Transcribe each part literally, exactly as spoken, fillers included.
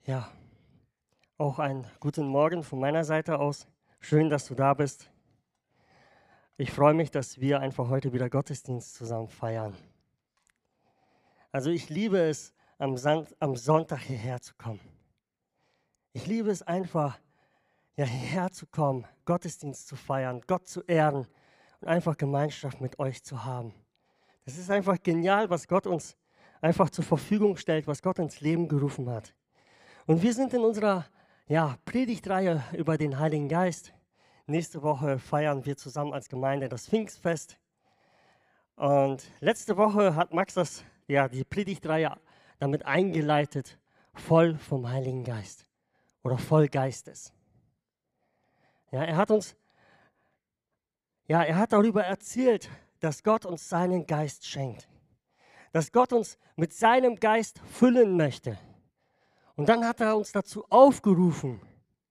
Ja, auch einen guten Morgen von meiner Seite aus. Schön, dass du da bist. Ich freue mich, dass wir einfach heute wieder Gottesdienst zusammen feiern. Also ich liebe es, am, San am Sonntag hierher zu kommen. Ich liebe es einfach, ja, hierher zu kommen, Gottesdienst zu feiern, Gott zu ehren und einfach Gemeinschaft mit euch zu haben. Das ist einfach genial, was Gott uns einfach zur Verfügung stellt, was Gott ins Leben gerufen hat. Und wir sind in unserer ja, Predigtreihe über den Heiligen Geist. Nächste Woche feiern wir zusammen als Gemeinde das Pfingstfest. Und letzte Woche hat Max das, ja, die Predigtreihe damit eingeleitet, voll vom Heiligen Geist oder voll Geistes. Ja, er hat uns, ja, er hat darüber erzählt, dass Gott uns seinen Geist schenkt. Dass Gott uns mit seinem Geist füllen möchte. Und dann hat er uns dazu aufgerufen,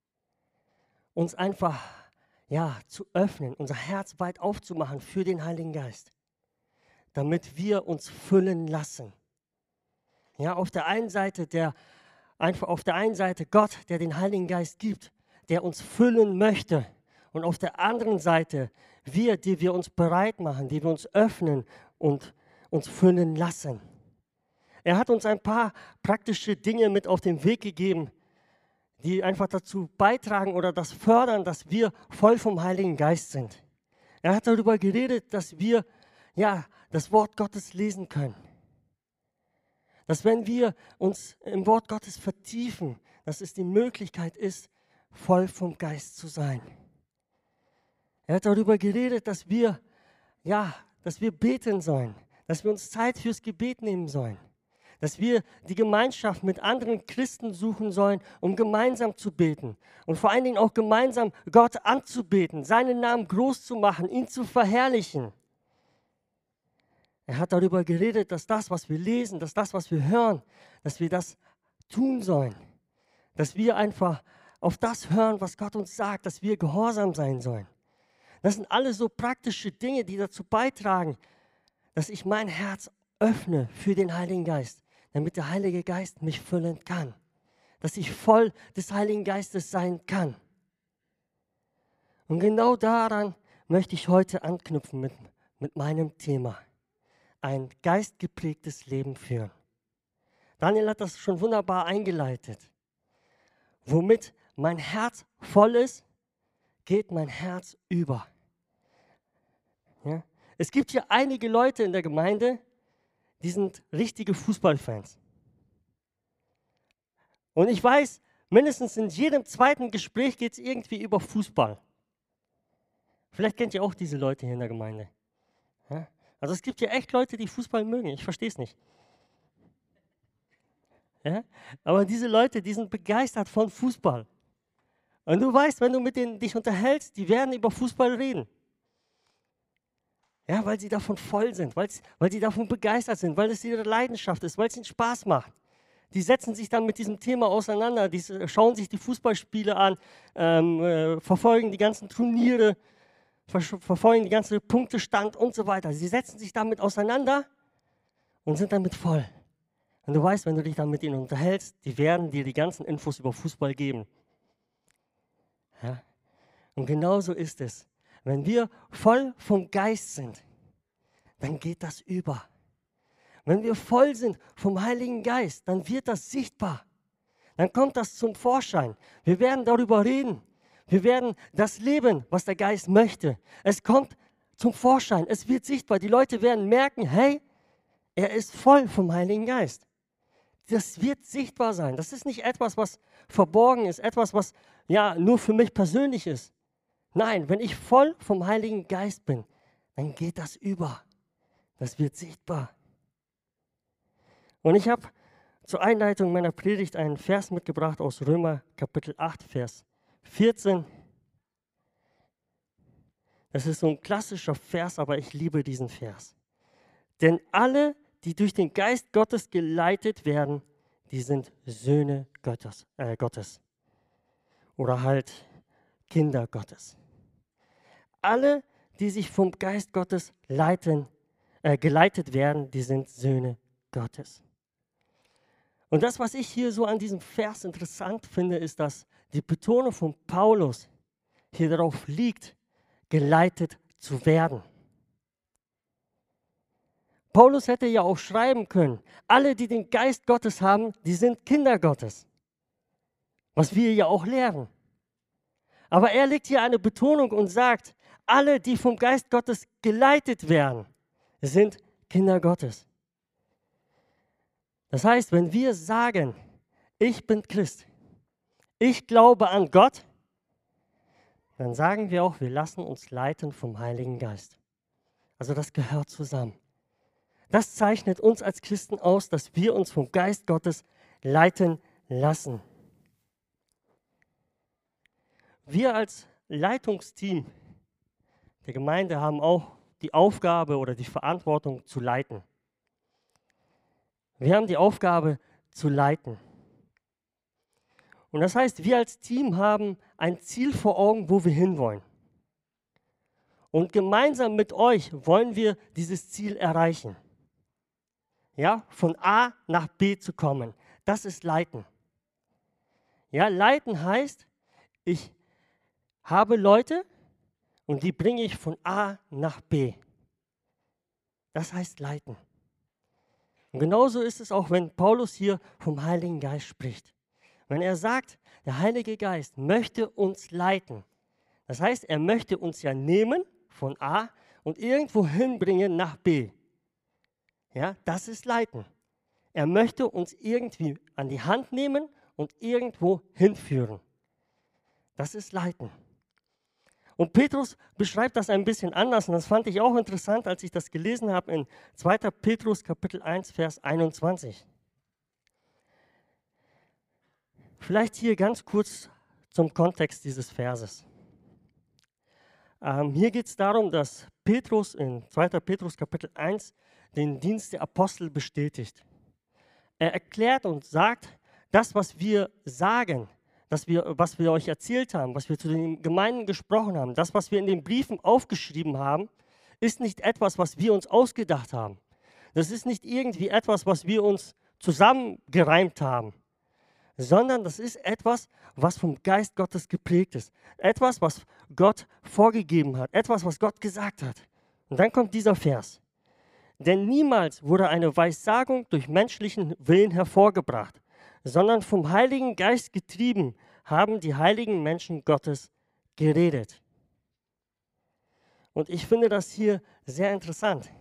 uns einfach ja, zu öffnen, unser Herz weit aufzumachen für den Heiligen Geist, damit wir uns füllen lassen. Ja, auf der einen Seite der einfach auf der einen Seite Gott, der den Heiligen Geist gibt, der uns füllen möchte, und auf der anderen Seite wir, die wir uns bereit machen, die wir uns öffnen und uns füllen lassen. Er hat uns ein paar praktische Dinge mit auf den Weg gegeben, die einfach dazu beitragen oder das fördern, dass wir voll vom Heiligen Geist sind. Er hat darüber geredet, dass wir ja, das Wort Gottes lesen können. Dass wenn wir uns im Wort Gottes vertiefen, dass es die Möglichkeit ist, voll vom Geist zu sein. Er hat darüber geredet, dass wir, ja, dass wir beten sollen, dass wir uns Zeit fürs Gebet nehmen sollen. Dass wir die Gemeinschaft mit anderen Christen suchen sollen, um gemeinsam zu beten. Und vor allen Dingen auch gemeinsam Gott anzubeten, seinen Namen groß zu machen, ihn zu verherrlichen. Er hat darüber geredet, dass das, was wir lesen, dass das, was wir hören, dass wir das tun sollen. Dass wir einfach auf das hören, was Gott uns sagt, dass wir gehorsam sein sollen. Das sind alles so praktische Dinge, die dazu beitragen, dass ich mein Herz öffne für den Heiligen Geist, damit der Heilige Geist mich füllen kann, dass ich voll des Heiligen Geistes sein kann. Und genau daran möchte ich heute anknüpfen mit, mit meinem Thema, ein geistgeprägtes Leben führen. Daniel hat das schon wunderbar eingeleitet. Womit mein Herz voll ist, geht mein Herz über. Ja? Es gibt hier einige Leute in der Gemeinde, die sind richtige Fußballfans. Und ich weiß, mindestens in jedem zweiten Gespräch geht es irgendwie über Fußball. Vielleicht kennt ihr auch diese Leute hier in der Gemeinde. Ja? Also es gibt hier echt Leute, die Fußball mögen. Ich verstehe es nicht. Ja? Aber diese Leute, die sind begeistert von Fußball. Und du weißt, wenn du mit denen dich unterhältst, die werden über Fußball reden. Ja, weil sie davon voll sind, weil sie davon begeistert sind, weil es ihre Leidenschaft ist, weil es ihnen Spaß macht. Die setzen sich dann mit diesem Thema auseinander, die schauen sich die Fußballspiele an, ähm, äh, verfolgen die ganzen Turniere, ver verfolgen die ganzen Punktestand und so weiter. Sie setzen sich damit auseinander und sind damit voll. Und du weißt, wenn du dich dann mit ihnen unterhältst, die werden dir die ganzen Infos über Fußball geben. Ja? Und genauso ist es. Wenn wir voll vom Geist sind, dann geht das über. Wenn wir voll sind vom Heiligen Geist, dann wird das sichtbar. Dann kommt das zum Vorschein. Wir werden darüber reden. Wir werden das leben, was der Geist möchte. Es kommt zum Vorschein. Es wird sichtbar. Die Leute werden merken, hey, er ist voll vom Heiligen Geist. Das wird sichtbar sein. Das ist nicht etwas, was verborgen ist, etwas, was ja nur für mich persönlich ist. Nein, wenn ich voll vom Heiligen Geist bin, dann geht das über. Das wird sichtbar. Und ich habe zur Einleitung meiner Predigt einen Vers mitgebracht aus Römer Kapitel acht, Vers vierzehn. Das ist so ein klassischer Vers, aber ich liebe diesen Vers. Denn alle, die durch den Geist Gottes geleitet werden, die sind Söhne Gottes, äh, Gottes. Oder halt Kinder Gottes. Alle, die sich vom Geist Gottes leiten, äh, geleitet werden, die sind Söhne Gottes. Und das, was ich hier so an diesem Vers interessant finde, ist, dass die Betonung von Paulus hier darauf liegt, geleitet zu werden. Paulus hätte ja auch schreiben können, alle, die den Geist Gottes haben, die sind Kinder Gottes. Was wir ja auch lehren. Aber er legt hier eine Betonung und sagt, alle, die vom Geist Gottes geleitet werden, sind Kinder Gottes. Das heißt, wenn wir sagen, ich bin Christ, ich glaube an Gott, dann sagen wir auch, wir lassen uns leiten vom Heiligen Geist. Also das gehört zusammen. Das zeichnet uns als Christen aus, dass wir uns vom Geist Gottes leiten lassen. Wir als Leitungsteam der Gemeinde haben auch die Aufgabe oder die Verantwortung zu leiten. Wir haben die Aufgabe zu leiten. Und das heißt, wir als Team haben ein Ziel vor Augen, wo wir hinwollen. Und gemeinsam mit euch wollen wir dieses Ziel erreichen. Ja, von A nach B zu kommen. Das ist Leiten. Ja, Leiten heißt, ich habe Leute und die bringe ich von A nach B. Das heißt Leiten. Und genauso ist es auch, wenn Paulus hier vom Heiligen Geist spricht. Wenn er sagt, der Heilige Geist möchte uns leiten. Das heißt, er möchte uns ja nehmen von A und irgendwo hinbringen nach B. Ja, das ist Leiten. Er möchte uns irgendwie an die Hand nehmen und irgendwo hinführen. Das ist Leiten. Und Petrus beschreibt das ein bisschen anders und das fand ich auch interessant, als ich das gelesen habe in zweiter Petrus Kapitel eins, Vers einundzwanzig. Vielleicht hier ganz kurz zum Kontext dieses Verses. Ähm, hier geht es darum, dass Petrus in zweiter Petrus Kapitel eins den Dienst der Apostel bestätigt. Er erklärt und sagt, das, was wir sagen, das wir, was wir euch erzählt haben, was wir zu den Gemeinden gesprochen haben, das, was wir in den Briefen aufgeschrieben haben, ist nicht etwas, was wir uns ausgedacht haben. Das ist nicht irgendwie etwas, was wir uns zusammengereimt haben, sondern das ist etwas, was vom Geist Gottes geprägt ist. Etwas, was Gott vorgegeben hat, etwas, was Gott gesagt hat. Und dann kommt dieser Vers. Denn niemals wurde eine Weissagung durch menschlichen Willen hervorgebracht, sondern vom Heiligen Geist getrieben haben die heiligen Menschen Gottes geredet. Und ich finde das hier sehr interessant.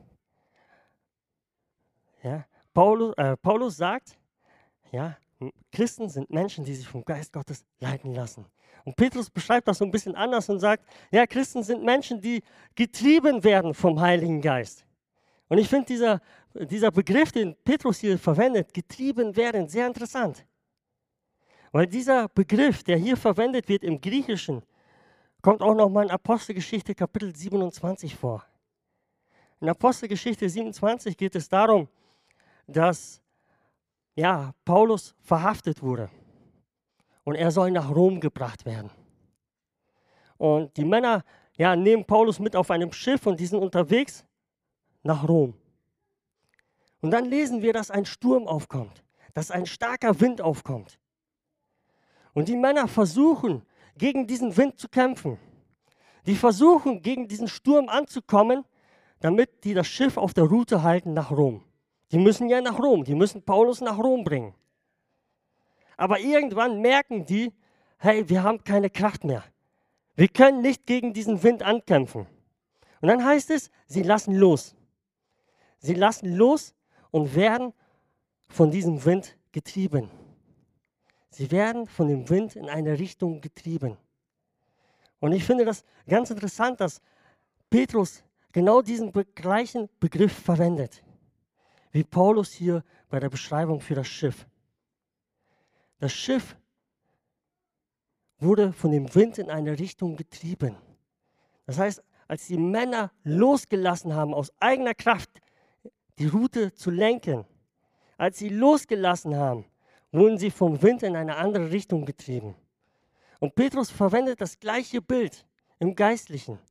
Ja, Paulus, äh, Paulus sagt, ja, Christen sind Menschen, die sich vom Geist Gottes leiten lassen. Und Petrus beschreibt das so ein bisschen anders und sagt, ja, Christen sind Menschen, die getrieben werden vom Heiligen Geist. Und ich finde dieser, dieser Begriff, den Petrus hier verwendet, getrieben werden, sehr interessant. Weil dieser Begriff, der hier verwendet wird im Griechischen, kommt auch nochmal in Apostelgeschichte Kapitel siebenundzwanzig vor. In Apostelgeschichte siebenundzwanzig geht es darum, dass ja, Paulus verhaftet wurde und er soll nach Rom gebracht werden. Und die Männer ja, nehmen Paulus mit auf einem Schiff und die sind unterwegs nach Rom. Und dann lesen wir, dass ein Sturm aufkommt, dass ein starker Wind aufkommt. Und die Männer versuchen, gegen diesen Wind zu kämpfen. Die versuchen, gegen diesen Sturm anzukommen, damit die das Schiff auf der Route halten nach Rom. Die müssen ja nach Rom, die müssen Paulus nach Rom bringen. Aber irgendwann merken die, hey, wir haben keine Kraft mehr. Wir können nicht gegen diesen Wind ankämpfen. Und dann heißt es, sie lassen los. Sie lassen los und werden von diesem Wind getrieben. Sie werden von dem Wind in eine Richtung getrieben. Und ich finde das ganz interessant, dass Petrus genau diesen gleichen Begriff verwendet, wie Paulus hier bei der Beschreibung für das Schiff. Das Schiff wurde von dem Wind in eine Richtung getrieben. Das heißt, als die Männer losgelassen haben, aus eigener Kraft die Route zu lenken, als sie losgelassen haben, wurden sie vom Wind in eine andere Richtung getrieben. Und Petrus verwendet das gleiche Bild im Geistlichen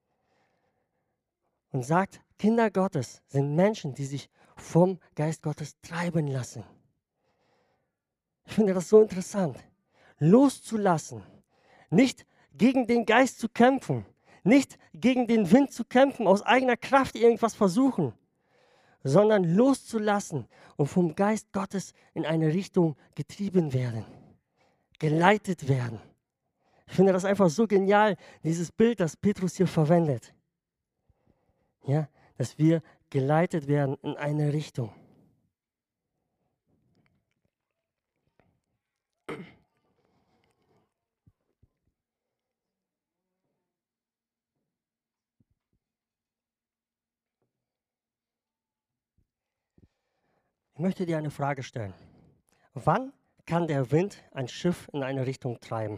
und sagt, Kinder Gottes sind Menschen, die sich vom Geist Gottes treiben lassen. Ich finde das so interessant. Loszulassen. Nicht gegen den Geist zu kämpfen. Nicht gegen den Wind zu kämpfen, aus eigener Kraft irgendwas versuchen, sondern loszulassen und vom Geist Gottes in eine Richtung getrieben werden, geleitet werden. Ich finde das einfach so genial, dieses Bild, das Petrus hier verwendet. Ja, dass wir geleitet werden in eine Richtung. Ich möchte dir eine Frage stellen. Wann kann der Wind ein Schiff in eine Richtung treiben?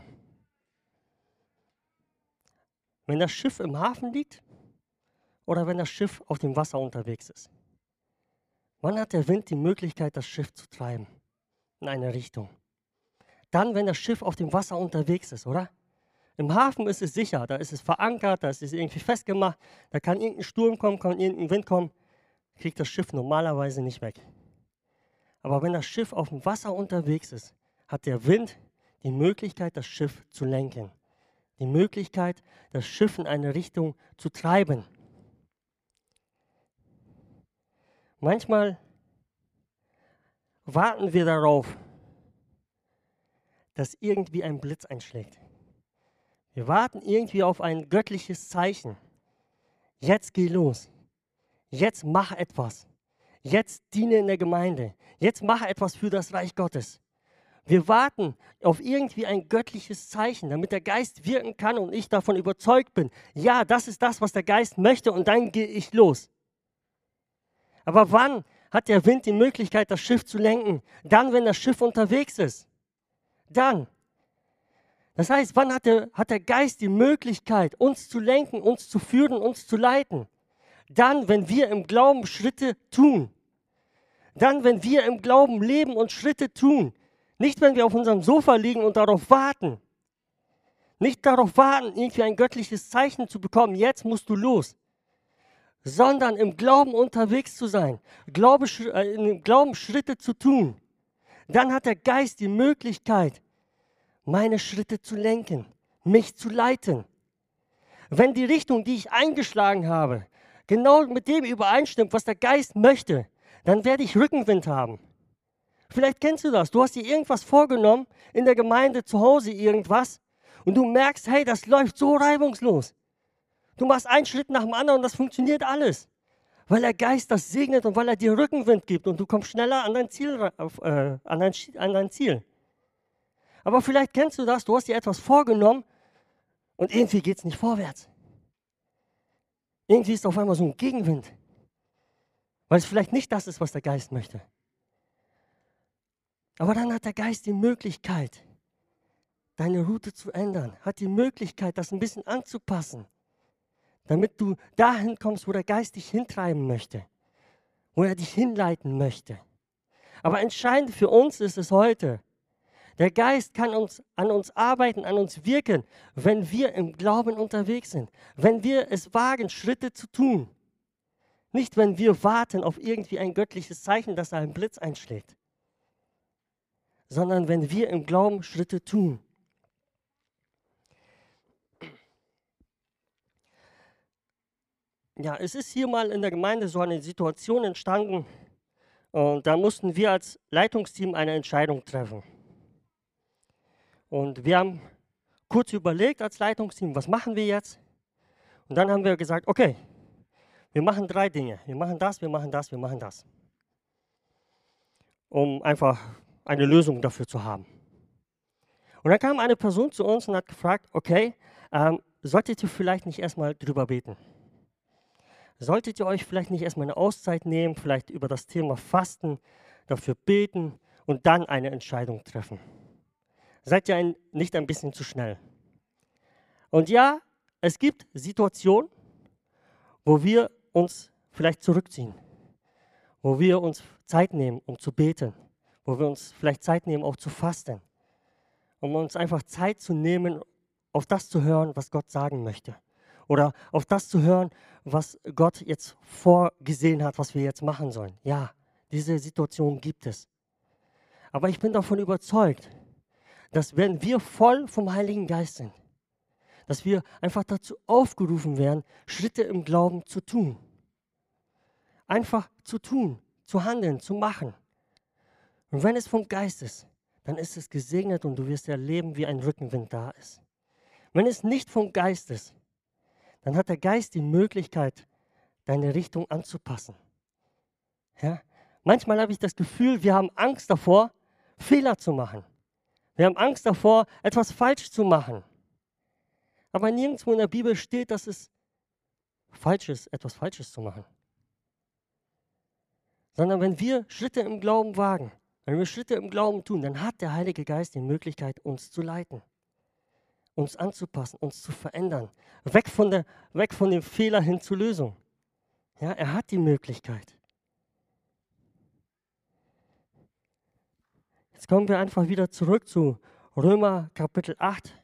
Wenn das Schiff im Hafen liegt oder wenn das Schiff auf dem Wasser unterwegs ist? Wann hat der Wind die Möglichkeit, das Schiff zu treiben in eine Richtung? Dann, wenn das Schiff auf dem Wasser unterwegs ist, oder? Im Hafen ist es sicher, da ist es verankert, da ist es irgendwie festgemacht, da kann irgendein Sturm kommen, kann irgendein Wind kommen, kriegt das Schiff normalerweise nicht weg. Aber wenn das Schiff auf dem Wasser unterwegs ist, hat der Wind die Möglichkeit, das Schiff zu lenken. Die Möglichkeit, das Schiff in eine Richtung zu treiben. Manchmal warten wir darauf, dass irgendwie ein Blitz einschlägt. Wir warten irgendwie auf ein göttliches Zeichen. Jetzt geh los. Jetzt mach etwas. Jetzt diene in der Gemeinde. Jetzt mache etwas für das Reich Gottes. Wir warten auf irgendwie ein göttliches Zeichen, damit der Geist wirken kann und ich davon überzeugt bin. Ja, das ist das, was der Geist möchte und dann gehe ich los. Aber wann hat der Wind die Möglichkeit, das Schiff zu lenken? Dann, wenn das Schiff unterwegs ist. Dann. Das heißt, wann hat der, hat der Geist die Möglichkeit, uns zu lenken, uns zu führen, uns zu leiten? Dann, wenn wir im Glauben Schritte tun. Dann, wenn wir im Glauben leben und Schritte tun. Nicht, wenn wir auf unserem Sofa liegen und darauf warten. Nicht darauf warten, irgendwie ein göttliches Zeichen zu bekommen, jetzt musst du los. Sondern im Glauben unterwegs zu sein, Glaube, äh, im Glauben Schritte zu tun. Dann hat der Geist die Möglichkeit, meine Schritte zu lenken, mich zu leiten. Wenn die Richtung, die ich eingeschlagen habe, genau mit dem übereinstimmt, was der Geist möchte, dann werde ich Rückenwind haben. Vielleicht kennst du das. Du hast dir irgendwas vorgenommen, in der Gemeinde, zu Hause irgendwas, und du merkst, hey, das läuft so reibungslos. Du machst einen Schritt nach dem anderen und das funktioniert alles. Weil der Geist das segnet und weil er dir Rückenwind gibt und du kommst schneller an dein Ziel. Auf, äh, an dein, an dein Ziel. Aber vielleicht kennst du das, du hast dir etwas vorgenommen und irgendwie geht es nicht vorwärts. Irgendwie ist auf einmal so ein Gegenwind. Weil es vielleicht nicht das ist, was der Geist möchte. Aber dann hat der Geist die Möglichkeit, deine Route zu ändern, hat die Möglichkeit, das ein bisschen anzupassen, damit du dahin kommst, wo der Geist dich hintreiben möchte, wo er dich hinleiten möchte. Aber entscheidend für uns ist es heute, der Geist kann uns, an uns arbeiten, an uns wirken, wenn wir im Glauben unterwegs sind, wenn wir es wagen, Schritte zu tun. Nicht, wenn wir warten auf irgendwie ein göttliches Zeichen, dass ein Blitz einschlägt, sondern wenn wir im Glauben Schritte tun. Ja, es ist hier mal in der Gemeinde so eine Situation entstanden und da mussten wir als Leitungsteam eine Entscheidung treffen. Und wir haben kurz überlegt als Leitungsteam, was machen wir jetzt? Und dann haben wir gesagt, okay, wir machen drei Dinge. Wir machen das, wir machen das, wir machen das. Um einfach eine Lösung dafür zu haben. Und dann kam eine Person zu uns und hat gefragt, okay, ähm, solltet ihr vielleicht nicht erstmal drüber beten? Solltet ihr euch vielleicht nicht erstmal eine Auszeit nehmen, vielleicht über das Thema Fasten, dafür beten und dann eine Entscheidung treffen? Seid ihr ein, nicht ein bisschen zu schnell? Und ja, es gibt Situationen, wo wir uns vielleicht zurückziehen, wo wir uns Zeit nehmen, um zu beten, wo wir uns vielleicht Zeit nehmen, auch zu fasten, um uns einfach Zeit zu nehmen, auf das zu hören, was Gott sagen möchte. Oder auf das zu hören, was Gott jetzt vorgesehen hat, was wir jetzt machen sollen. Ja, diese Situation gibt es. Aber ich bin davon überzeugt, dass wenn wir voll vom Heiligen Geist sind, dass wir einfach dazu aufgerufen werden, Schritte im Glauben zu tun. Einfach zu tun, zu handeln, zu machen. Und wenn es vom Geist ist, dann ist es gesegnet und du wirst erleben, wie ein Rückenwind da ist. Wenn es nicht vom Geist ist, dann hat der Geist die Möglichkeit, deine Richtung anzupassen. Ja? Manchmal habe ich das Gefühl, wir haben Angst davor, Fehler zu machen. Wir haben Angst davor, etwas falsch zu machen. Aber nirgendwo in der Bibel steht, dass es falsch ist, etwas Falsches zu machen. Sondern wenn wir Schritte im Glauben wagen, wenn wir Schritte im Glauben tun, dann hat der Heilige Geist die Möglichkeit, uns zu leiten, uns anzupassen, uns zu verändern. Weg von, der, weg von dem Fehler hin zur Lösung. Ja, er hat die Möglichkeit. Jetzt kommen wir einfach wieder zurück zu Römer Kapitel acht.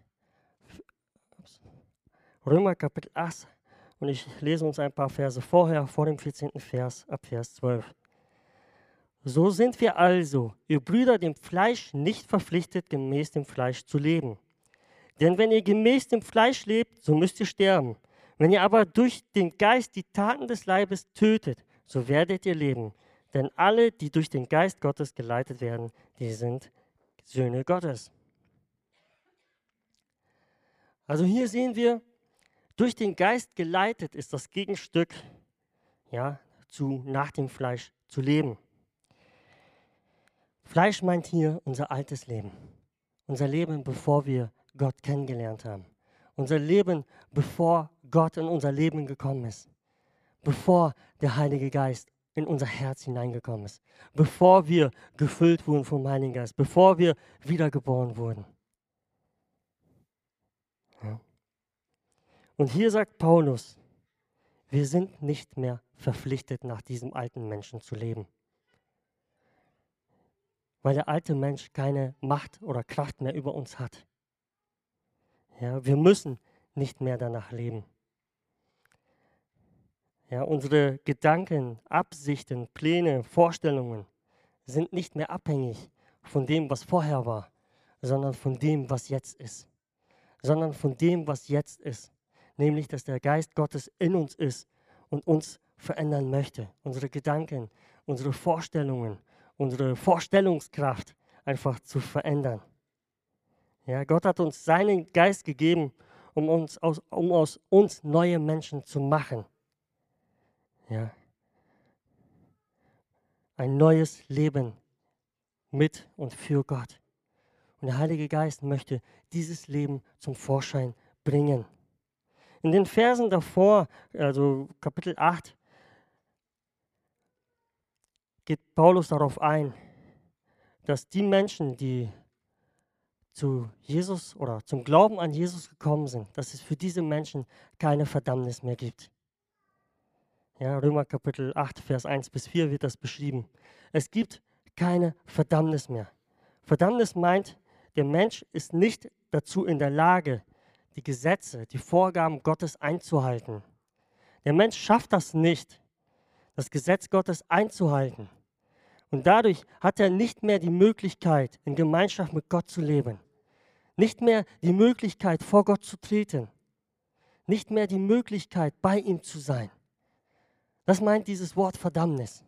Römer Kapitel acht. Und ich lese uns ein paar Verse vorher, vor dem vierzehnten Vers, ab Vers zwölf. So sind wir also, ihr Brüder, dem Fleisch nicht verpflichtet, gemäß dem Fleisch zu leben. Denn wenn ihr gemäß dem Fleisch lebt, so müsst ihr sterben. Wenn ihr aber durch den Geist die Taten des Leibes tötet, so werdet ihr leben. Denn alle, die durch den Geist Gottes geleitet werden, die sind Söhne Gottes. Also hier sehen wir, durch den Geist geleitet ist das Gegenstück, ja, zu nach dem Fleisch zu leben. Fleisch meint hier unser altes Leben. Unser Leben, bevor wir Gott kennengelernt haben. Unser Leben, bevor Gott in unser Leben gekommen ist. Bevor der Heilige Geist in unser Herz hineingekommen ist. Bevor wir gefüllt wurden vom Heiligen Geist. Bevor wir wiedergeboren wurden. Ja. Und hier sagt Paulus, wir sind nicht mehr verpflichtet, nach diesem alten Menschen zu leben. Weil der alte Mensch keine Macht oder Kraft mehr über uns hat. Ja, wir müssen nicht mehr danach leben. Ja, unsere Gedanken, Absichten, Pläne, Vorstellungen sind nicht mehr abhängig von dem, was vorher war, sondern von dem, was jetzt ist. Sondern von dem, was jetzt ist. Nämlich, dass der Geist Gottes in uns ist und uns verändern möchte. Unsere Gedanken, unsere Vorstellungen, unsere Vorstellungskraft einfach zu verändern. Ja, Gott hat uns seinen Geist gegeben, um, uns aus, um aus uns neue Menschen zu machen. Ja. Ein neues Leben mit und für Gott. Und der Heilige Geist möchte dieses Leben zum Vorschein bringen. In den Versen davor, also Kapitel acht, geht Paulus darauf ein, dass die Menschen, die zu Jesus oder zum Glauben an Jesus gekommen sind, dass es für diese Menschen keine Verdammnis mehr gibt. Ja, Römer Kapitel acht, Vers eins bis vier wird das beschrieben. Es gibt keine Verdammnis mehr. Verdammnis meint, der Mensch ist nicht dazu in der Lage, die Gesetze, die Vorgaben Gottes einzuhalten. Der Mensch schafft das nicht, das Gesetz Gottes einzuhalten. Und dadurch hat er nicht mehr die Möglichkeit, in Gemeinschaft mit Gott zu leben. Nicht mehr die Möglichkeit, vor Gott zu treten. Nicht mehr die Möglichkeit, bei ihm zu sein. Das meint dieses Wort Verdammnis.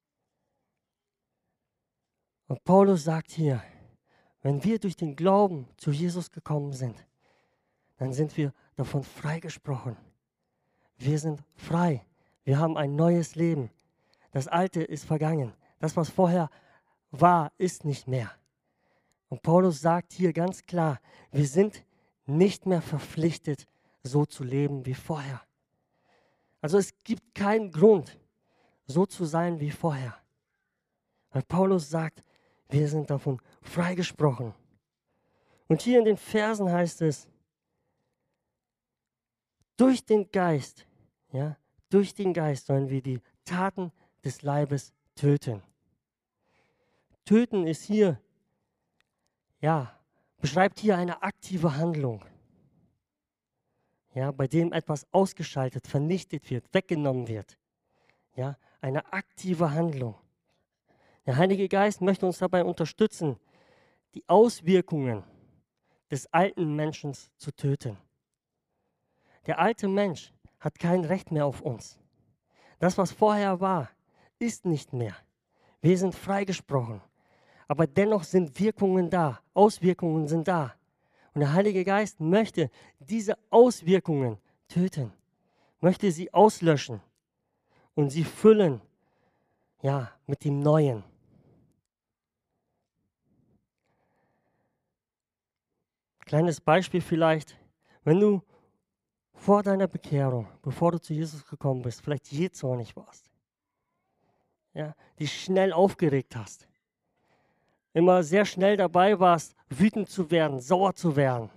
Und Paulus sagt hier, wenn wir durch den Glauben zu Jesus gekommen sind, dann sind wir davon freigesprochen. Wir sind frei. Wir haben ein neues Leben. Das Alte ist vergangen. Das, was vorher war, ist nicht mehr. Und Paulus sagt hier ganz klar, wir sind nicht mehr verpflichtet, so zu leben wie vorher. Also es gibt keinen Grund, so zu sein wie vorher. Weil Paulus sagt, wir sind davon freigesprochen. Und hier in den Versen heißt es, durch den Geist, ja, durch den Geist sollen wir die Taten des Leibes töten. Töten ist hier, ja, beschreibt hier eine aktive Handlung, ja, bei dem etwas ausgeschaltet, vernichtet wird, weggenommen wird. Ja, eine aktive Handlung. Der Heilige Geist möchte uns dabei unterstützen, die Auswirkungen des alten Menschen zu töten. Der alte Mensch hat kein Recht mehr auf uns. Das, was vorher war, ist nicht mehr. Wir sind freigesprochen. Aber dennoch sind Wirkungen da, Auswirkungen sind da. Und der Heilige Geist möchte diese Auswirkungen töten, möchte sie auslöschen und sie füllen, ja, mit dem Neuen. Kleines Beispiel vielleicht, wenn du vor deiner Bekehrung, bevor du zu Jesus gekommen bist, vielleicht jähzornig warst, ja, dich schnell aufgeregt hast, immer sehr schnell dabei warst, wütend zu werden, sauer zu werden,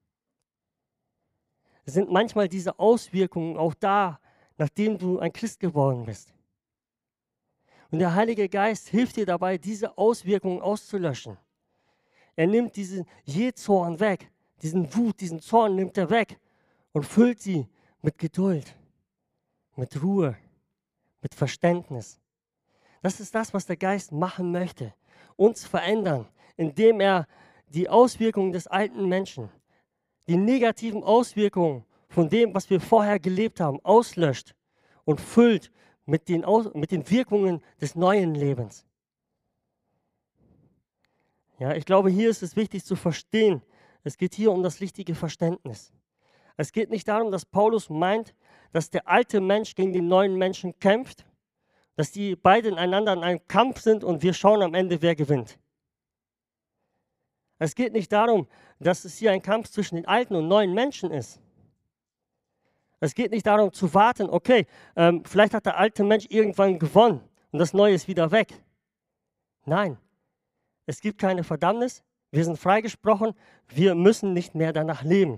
sind manchmal diese Auswirkungen auch da, nachdem du ein Christ geworden bist. Und der Heilige Geist hilft dir dabei, diese Auswirkungen auszulöschen. Er nimmt diesen Jähzorn weg, diesen Wut, diesen Zorn nimmt er weg und füllt sie mit Geduld, mit Ruhe, mit Verständnis. Das ist das, was der Geist machen möchte, uns verändern, indem er die Auswirkungen des alten Menschen, die negativen Auswirkungen von dem, was wir vorher gelebt haben, auslöscht und füllt mit den, Aus mit den Wirkungen des neuen Lebens. Ja, ich glaube, hier ist es wichtig zu verstehen, es geht hier um das richtige Verständnis. Es geht nicht darum, dass Paulus meint, dass der alte Mensch gegen den neuen Menschen kämpft, dass die beide einander in einem Kampf sind und wir schauen am Ende, wer gewinnt. Es geht nicht darum, dass es hier ein Kampf zwischen den alten und neuen Menschen ist. Es geht nicht darum zu warten, okay, ähm, vielleicht hat der alte Mensch irgendwann gewonnen und das Neue ist wieder weg. Nein, es gibt keine Verdammnis, wir sind freigesprochen, wir müssen nicht mehr danach leben.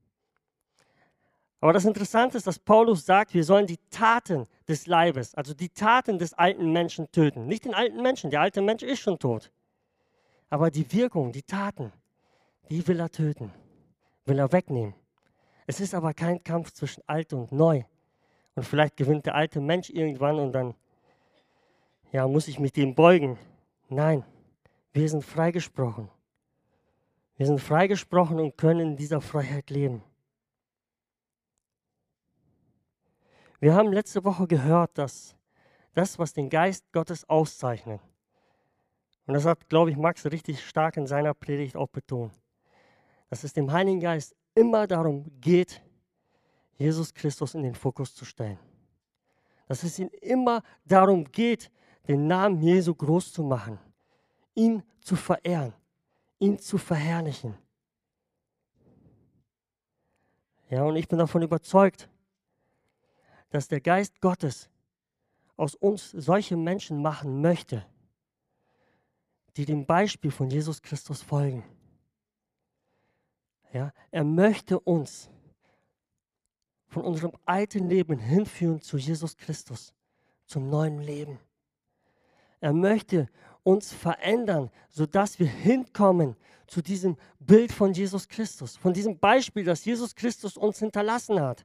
Aber das Interessante ist, dass Paulus sagt, wir sollen die Taten des Leibes, also die Taten des alten Menschen töten. Nicht den alten Menschen, der alte Mensch ist schon tot. Aber die Wirkung, die Taten, die will er töten, will er wegnehmen. Es ist aber kein Kampf zwischen alt und neu. Und vielleicht gewinnt der alte Mensch irgendwann und dann ja, muss ich mich dem beugen. Nein, wir sind freigesprochen. Wir sind freigesprochen und können in dieser Freiheit leben. Wir haben letzte Woche gehört, dass das, was den Geist Gottes auszeichnet, und das hat, glaube ich, Max richtig stark in seiner Predigt auch betont, dass es dem Heiligen Geist immer darum geht, Jesus Christus in den Fokus zu stellen. Dass es ihm immer darum geht, den Namen Jesu groß zu machen, ihn zu verehren, ihn zu verherrlichen. Ja, und ich bin davon überzeugt, dass der Geist Gottes aus uns solche Menschen machen möchte, die dem Beispiel von Jesus Christus folgen. Ja, er möchte uns von unserem alten Leben hinführen zu Jesus Christus, zum neuen Leben. Er möchte uns verändern, sodass wir hinkommen zu diesem Bild von Jesus Christus, von diesem Beispiel, das Jesus Christus uns hinterlassen hat.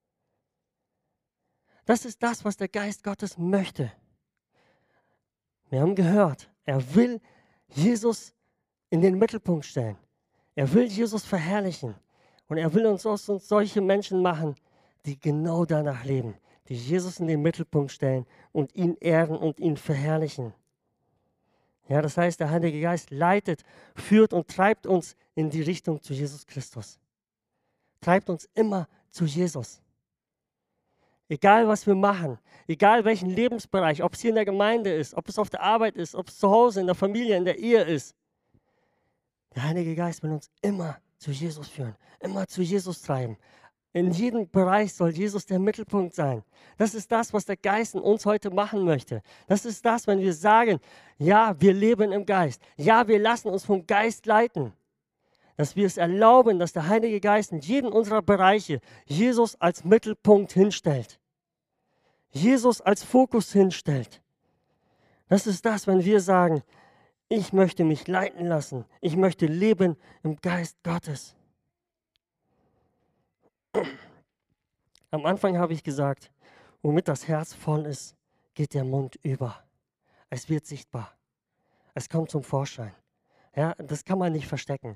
Das ist das, was der Geist Gottes möchte. Wir haben gehört, er will Jesus in den Mittelpunkt stellen. Er will Jesus verherrlichen. Und er will uns aus uns solche Menschen machen, die genau danach leben, die Jesus in den Mittelpunkt stellen und ihn ehren und ihn verherrlichen. Ja, das heißt, der Heilige Geist leitet, führt und treibt uns in die Richtung zu Jesus Christus. Treibt uns immer zu Jesus. Egal, was wir machen, egal welchen Lebensbereich, ob es hier in der Gemeinde ist, ob es auf der Arbeit ist, ob es zu Hause, in der Familie, in der Ehe ist. Der Heilige Geist will uns immer zu Jesus führen, immer zu Jesus treiben. In jedem Bereich soll Jesus der Mittelpunkt sein. Das ist das, was der Geist in uns heute machen möchte. Das ist das, wenn wir sagen, ja, wir leben im Geist. Ja, wir lassen uns vom Geist leiten. Dass wir es erlauben, dass der Heilige Geist in jedem unserer Bereiche Jesus als Mittelpunkt hinstellt. Jesus als Fokus hinstellt. Das ist das, wenn wir sagen, ich möchte mich leiten lassen. Ich möchte leben im Geist Gottes. Am Anfang habe ich gesagt, womit das Herz voll ist, geht der Mund über. Es wird sichtbar. Es kommt zum Vorschein. Ja, das kann man nicht verstecken.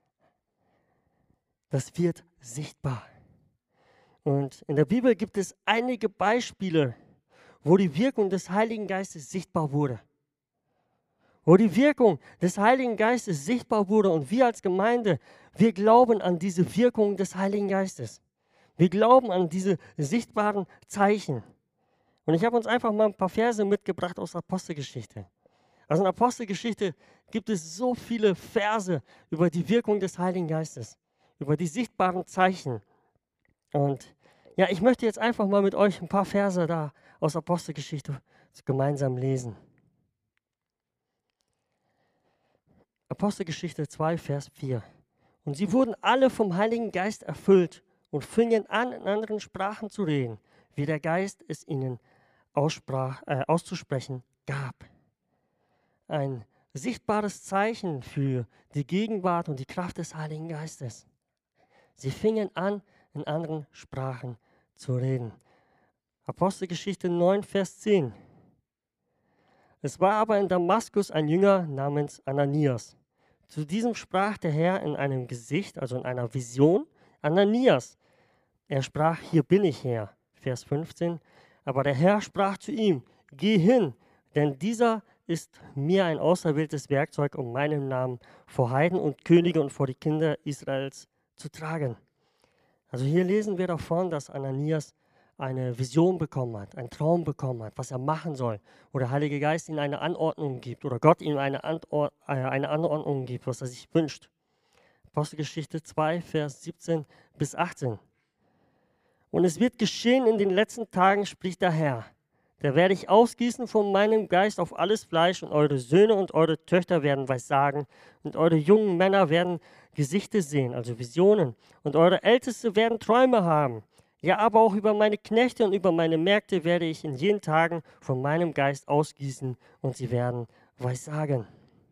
Das wird sichtbar. Und in der Bibel gibt es einige Beispiele, wo die Wirkung des Heiligen Geistes sichtbar wurde. Wo die Wirkung des Heiligen Geistes sichtbar wurde und wir als Gemeinde, wir glauben an diese Wirkung des Heiligen Geistes. Wir glauben an diese sichtbaren Zeichen. Und ich habe uns einfach mal ein paar Verse mitgebracht aus der Apostelgeschichte. Also in der Apostelgeschichte gibt es so viele Verse über die Wirkung des Heiligen Geistes, über die sichtbaren Zeichen. Und ja, ich möchte jetzt einfach mal mit euch ein paar Verse da aus der Apostelgeschichte gemeinsam lesen. Apostelgeschichte zwei, Vers vier. Und sie wurden alle vom Heiligen Geist erfüllt und fingen an, in anderen Sprachen zu reden, wie der Geist es ihnen aussprach, äh, auszusprechen gab. Ein sichtbares Zeichen für die Gegenwart und die Kraft des Heiligen Geistes. Sie fingen an, in anderen Sprachen zu reden. Apostelgeschichte neun, Vers zehn. Es war aber in Damaskus ein Jünger namens Ananias. Zu diesem sprach der Herr in einem Gesicht, also in einer Vision, Ananias. Er sprach, hier bin ich, Herr. Vers fünfzehn. Aber der Herr sprach zu ihm, geh hin, denn dieser ist mir ein auserwähltes Werkzeug, um meinen Namen vor Heiden und Könige und vor die Kinder Israels zu tragen. Also hier lesen wir davon, dass Ananias eine Vision bekommen hat, einen Traum bekommen hat, was er machen soll, wo der Heilige Geist ihm eine Anordnung gibt oder Gott ihm eine, Anord äh, eine Anordnung gibt, was er sich wünscht. Apostelgeschichte zwei, Vers siebzehn bis achtzehn. Und es wird geschehen in den letzten Tagen, spricht der Herr, da werde ich ausgießen von meinem Geist auf alles Fleisch und eure Söhne und eure Töchter werden Weissagen und eure jungen Männer werden Gesichter sehen, also Visionen, und eure Älteste werden Träume haben. Ja, aber auch über meine Knechte und über meine Mägde werde ich in jenen Tagen von meinem Geist ausgießen und sie werden Weissagen.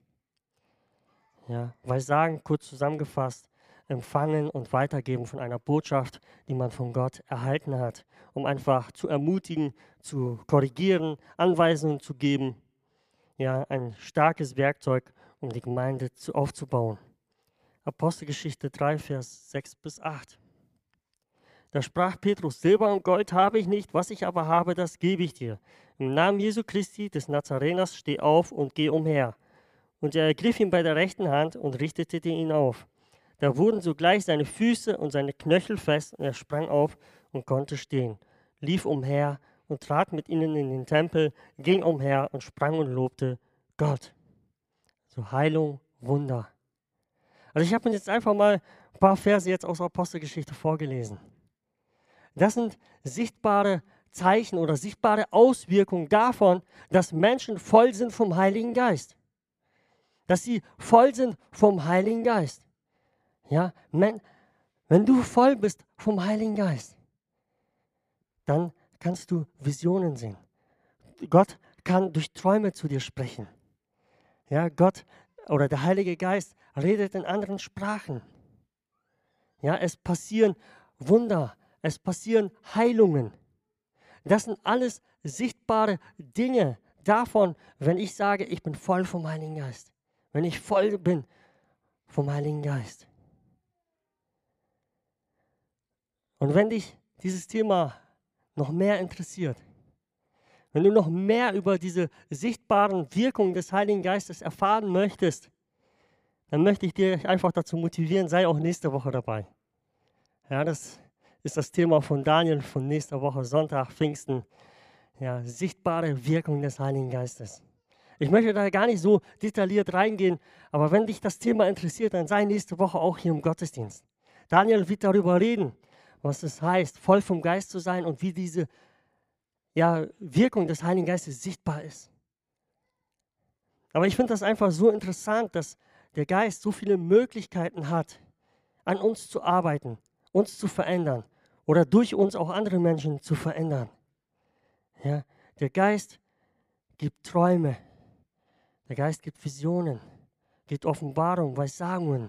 Ja, Weissagen, kurz zusammengefasst, empfangen und weitergeben von einer Botschaft, die man von Gott erhalten hat, um einfach zu ermutigen, zu korrigieren, Anweisungen zu geben. Ja, ein starkes Werkzeug, um die Gemeinde zu, aufzubauen. Apostelgeschichte drei, Vers sechs bis acht. Da sprach Petrus, Silber und Gold habe ich nicht, was ich aber habe, das gebe ich dir. Im Namen Jesu Christi des Nazareners steh auf und geh umher. Und er ergriff ihn bei der rechten Hand und richtete ihn auf. Da wurden sogleich seine Füße und seine Knöchel fest und er sprang auf und konnte stehen, lief umher und trat mit ihnen in den Tempel, ging umher und sprang und lobte Gott. So Heilung, Wunder. Also ich habe mir jetzt einfach mal ein paar Verse jetzt aus der Apostelgeschichte vorgelesen. Das sind sichtbare Zeichen oder sichtbare Auswirkungen davon, dass Menschen voll sind vom Heiligen Geist. Dass sie voll sind vom Heiligen Geist. Ja, wenn, wenn du voll bist vom Heiligen Geist, dann kannst du Visionen sehen. Gott kann durch Träume zu dir sprechen. Ja, Gott oder der Heilige Geist redet in anderen Sprachen. Ja, es passieren Wunder, es passieren Heilungen. Das sind alles sichtbare Dinge davon, wenn ich sage, ich bin voll vom Heiligen Geist. Wenn ich voll bin vom Heiligen Geist. Und wenn dich dieses Thema noch mehr interessiert, wenn du noch mehr über diese sichtbaren Wirkungen des Heiligen Geistes erfahren möchtest, dann möchte ich dir einfach dazu motivieren, sei auch nächste Woche dabei. Ja, das ist das Thema von Daniel von nächster Woche, Sonntag, Pfingsten. Ja, sichtbare Wirkung des Heiligen Geistes. Ich möchte da gar nicht so detailliert reingehen, aber wenn dich das Thema interessiert, dann sei nächste Woche auch hier im Gottesdienst. Daniel wird darüber reden, was es heißt, voll vom Geist zu sein und wie diese ja, Wirkung des Heiligen Geistes sichtbar ist. Aber ich finde das einfach so interessant, dass der Geist so viele Möglichkeiten hat, an uns zu arbeiten, uns zu verändern oder durch uns auch andere Menschen zu verändern. Ja, der Geist gibt Träume, der Geist gibt Visionen, gibt Offenbarung, Weissagungen.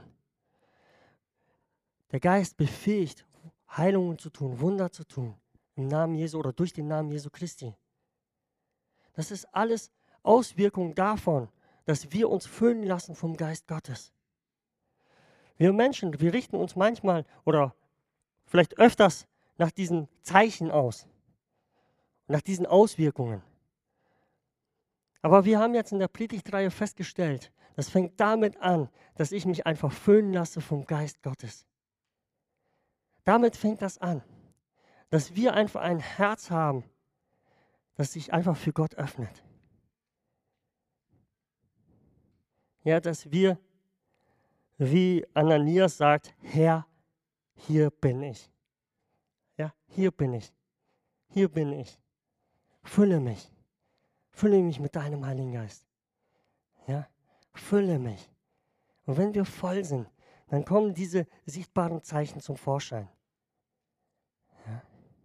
Der Geist befähigt, Heilungen zu tun, Wunder zu tun, im Namen Jesu oder durch den Namen Jesu Christi. Das ist alles Auswirkung davon, dass wir uns füllen lassen vom Geist Gottes. Wir Menschen, wir richten uns manchmal oder vielleicht öfters nach diesen Zeichen aus, nach diesen Auswirkungen. Aber wir haben jetzt in der Predigtreihe festgestellt, das fängt damit an, dass ich mich einfach füllen lasse vom Geist Gottes. Damit fängt das an, dass wir einfach ein Herz haben, das sich einfach für Gott öffnet. Ja, dass wir, wie Ananias sagt, Herr, hier bin ich. Ja, hier bin ich. Hier bin ich. Fülle mich. Fülle mich mit deinem Heiligen Geist. Ja, fülle mich. Und wenn wir voll sind, dann kommen diese sichtbaren Zeichen zum Vorschein. Ja.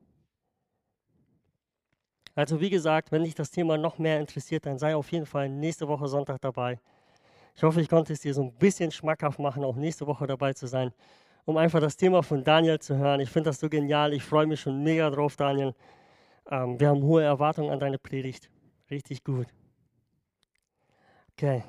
Also wie gesagt, wenn dich das Thema noch mehr interessiert, dann sei auf jeden Fall nächste Woche Sonntag dabei. Ich hoffe, ich konnte es dir so ein bisschen schmackhaft machen, auch nächste Woche dabei zu sein, um einfach das Thema von Daniel zu hören. Ich finde das so genial. Ich freue mich schon mega drauf, Daniel. Ähm, wir haben hohe Erwartungen an deine Predigt. Richtig gut. Okay.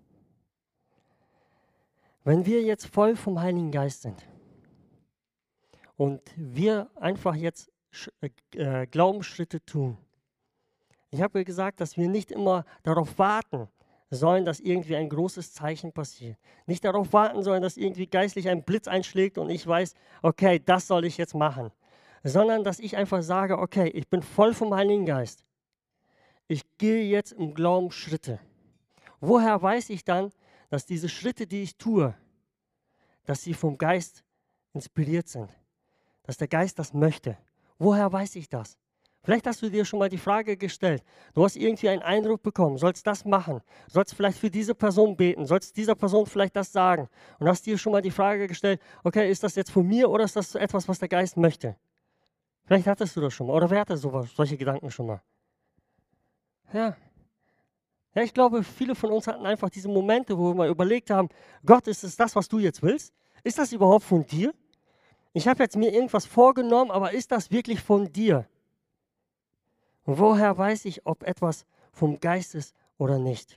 Wenn wir jetzt voll vom Heiligen Geist sind und wir einfach jetzt äh, Glaubensschritte tun. Ich habe ja gesagt, dass wir nicht immer darauf warten sollen, dass irgendwie ein großes Zeichen passiert. Nicht darauf warten sollen, dass irgendwie geistlich ein Blitz einschlägt und ich weiß, okay, das soll ich jetzt machen. Sondern dass ich einfach sage, okay, ich bin voll vom Heiligen Geist. Ich gehe jetzt im Glauben Schritte. Woher weiß ich dann, dass diese Schritte, die ich tue, dass sie vom Geist inspiriert sind? Dass der Geist das möchte? Woher weiß ich das? Vielleicht hast du dir schon mal die Frage gestellt, du hast irgendwie einen Eindruck bekommen, sollst das machen, sollst vielleicht für diese Person beten, sollst dieser Person vielleicht das sagen und hast dir schon mal die Frage gestellt, okay, ist das jetzt von mir oder ist das etwas, was der Geist möchte? Vielleicht hattest du das schon mal oder wer hatte sowas, solche Gedanken schon mal? Ja. Ja, ich glaube, viele von uns hatten einfach diese Momente, wo wir mal überlegt haben, Gott, ist es das, was du jetzt willst? Ist das überhaupt von dir? Ich habe jetzt mir irgendwas vorgenommen, aber ist das wirklich von dir? Und woher weiß ich, ob etwas vom Geist ist oder nicht?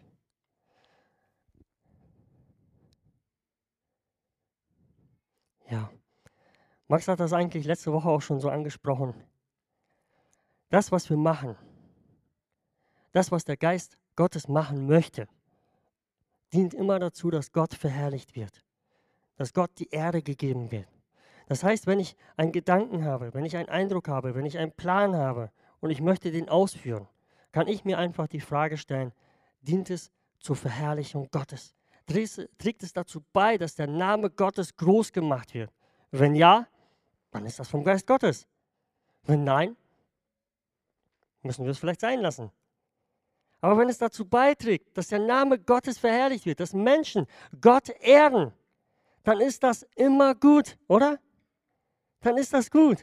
Ja, Max hat das eigentlich letzte Woche auch schon so angesprochen. Das, was wir machen, das, was der Geist Gottes machen möchte, dient immer dazu, dass Gott verherrlicht wird, dass Gott die Ehre gegeben wird. Das heißt, wenn ich einen Gedanken habe, wenn ich einen Eindruck habe, wenn ich einen Plan habe und ich möchte den ausführen, kann ich mir einfach die Frage stellen, dient es zur Verherrlichung Gottes? Trägt es dazu bei, dass der Name Gottes groß gemacht wird? Wenn ja, dann ist das vom Geist Gottes. Wenn nein, müssen wir es vielleicht sein lassen. Aber wenn es dazu beiträgt, dass der Name Gottes verherrlicht wird, dass Menschen Gott ehren, dann ist das immer gut, oder? Dann ist das gut.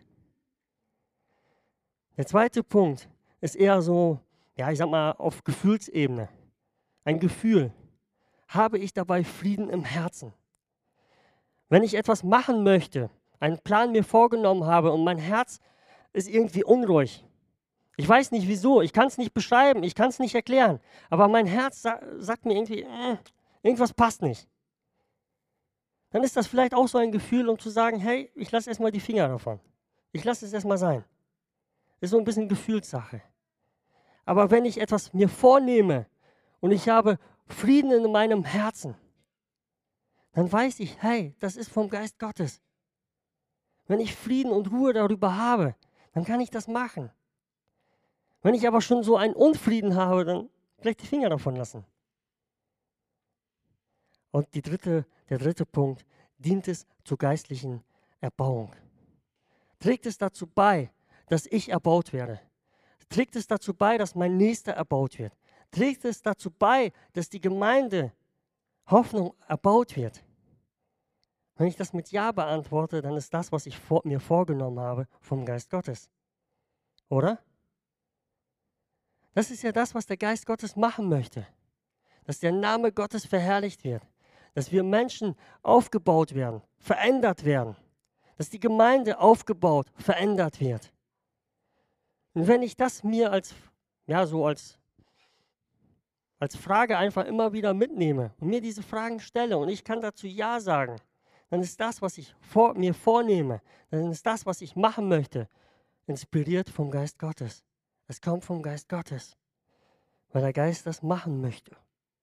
Der zweite Punkt ist eher so, ja, ich sag mal, auf Gefühlsebene. Ein Gefühl. Habe ich dabei Frieden im Herzen? Wenn ich etwas machen möchte, einen Plan mir vorgenommen habe und mein Herz ist irgendwie unruhig. Ich weiß nicht wieso, ich kann es nicht beschreiben, ich kann es nicht erklären, aber mein Herz sa- sagt mir irgendwie, äh, irgendwas passt nicht. Dann ist das vielleicht auch so ein Gefühl, um zu sagen, hey, ich lasse erstmal die Finger davon. Ich lasse es erstmal sein. Ist so ein bisschen Gefühlssache. Aber wenn ich etwas mir vornehme und ich habe Frieden in meinem Herzen, dann weiß ich, hey, das ist vom Geist Gottes. Wenn ich Frieden und Ruhe darüber habe, dann kann ich das machen. Wenn ich aber schon so einen Unfrieden habe, dann gleich die Finger davon lassen. Und die dritte, der dritte Punkt, dient es zur geistlichen Erbauung. Trägt es dazu bei, dass ich erbaut werde? Trägt es dazu bei, dass mein Nächster erbaut wird? Trägt es dazu bei, dass die Gemeinde Hoffnung erbaut wird? Wenn ich das mit Ja beantworte, dann ist das, was ich vor, mir vorgenommen habe, vom Geist Gottes. Oder? Das ist ja das, was der Geist Gottes machen möchte. Dass der Name Gottes verherrlicht wird. Dass wir Menschen aufgebaut werden, verändert werden. Dass die Gemeinde aufgebaut, verändert wird. Und wenn ich das mir als, ja, so als, als Frage einfach immer wieder mitnehme und mir diese Fragen stelle und ich kann dazu Ja sagen, dann ist das, was ich vor, mir vornehme, dann ist das, was ich machen möchte, inspiriert vom Geist Gottes. Es kommt vom Geist Gottes, weil der Geist das machen möchte.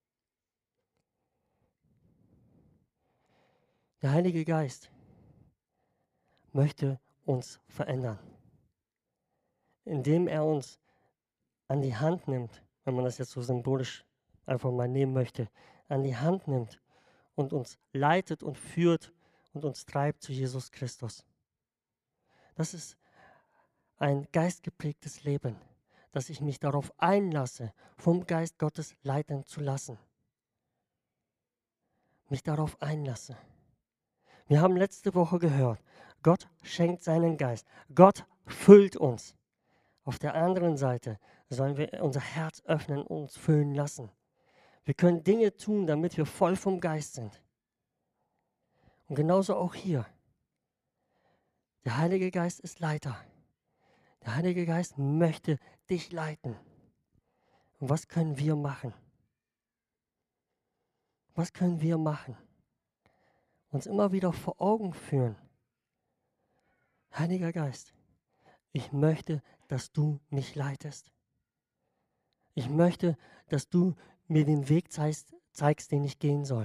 Der Heilige Geist möchte uns verändern, indem er uns an die Hand nimmt, wenn man das jetzt so symbolisch einfach mal nehmen möchte, an die Hand nimmt und uns leitet und führt und uns treibt zu Jesus Christus. Das ist ein geistgeprägtes Leben, dass ich mich darauf einlasse, vom Geist Gottes leiten zu lassen. Mich darauf einlasse. Wir haben letzte Woche gehört, Gott schenkt seinen Geist. Gott füllt uns. Auf der anderen Seite sollen wir unser Herz öffnen und uns füllen lassen. Wir können Dinge tun, damit wir voll vom Geist sind. Und genauso auch hier. Der Heilige Geist ist Leiter. Der Heilige Geist möchte dich leiten. Und was können wir machen? Was können wir machen? Uns immer wieder vor Augen führen. Heiliger Geist, ich möchte, dass du mich leitest. Ich möchte, dass du mir den Weg zeigst, zeigst, den ich gehen soll.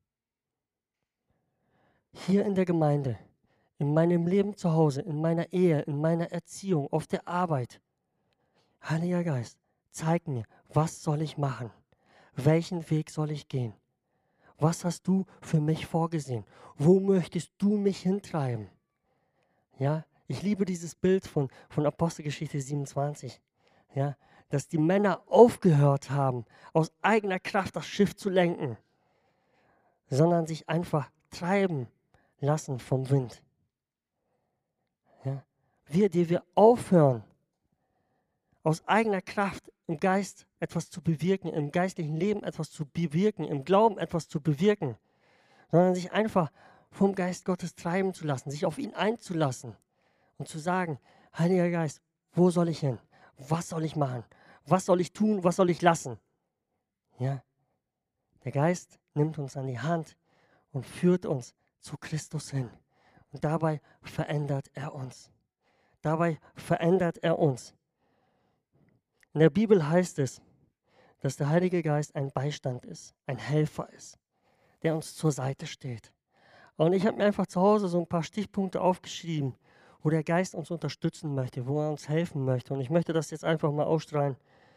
Hier in der Gemeinde, in meinem Leben zu Hause, in meiner Ehe, in meiner Erziehung, auf der Arbeit. Heiliger Geist, zeig mir, was soll ich machen? Welchen Weg soll ich gehen? Was hast du für mich vorgesehen? Wo möchtest du mich hintreiben? Ja, ich liebe dieses Bild von, von Apostelgeschichte siebenundzwanzig. Ja, dass die Männer aufgehört haben, aus eigener Kraft das Schiff zu lenken, sondern sich einfach treiben lassen vom Wind. Ja, wir, die wir aufhören, aus eigener Kraft im Geist etwas zu bewirken, im geistlichen Leben etwas zu bewirken, im Glauben etwas zu bewirken, sondern sich einfach vom Geist Gottes treiben zu lassen, sich auf ihn einzulassen und zu sagen, Heiliger Geist, wo soll ich hin? Was soll ich machen? Was soll ich tun? Was soll ich lassen? Ja, der Geist nimmt uns an die Hand und führt uns zu Christus hin. Und dabei verändert er uns. Dabei verändert er uns. In der Bibel heißt es, dass der Heilige Geist ein Beistand ist, ein Helfer ist, der uns zur Seite steht. Und ich habe mir einfach zu Hause so ein paar Stichpunkte aufgeschrieben, wo der Geist uns unterstützen möchte, wo er uns helfen möchte. Und ich möchte das jetzt einfach mal ausstrahlen.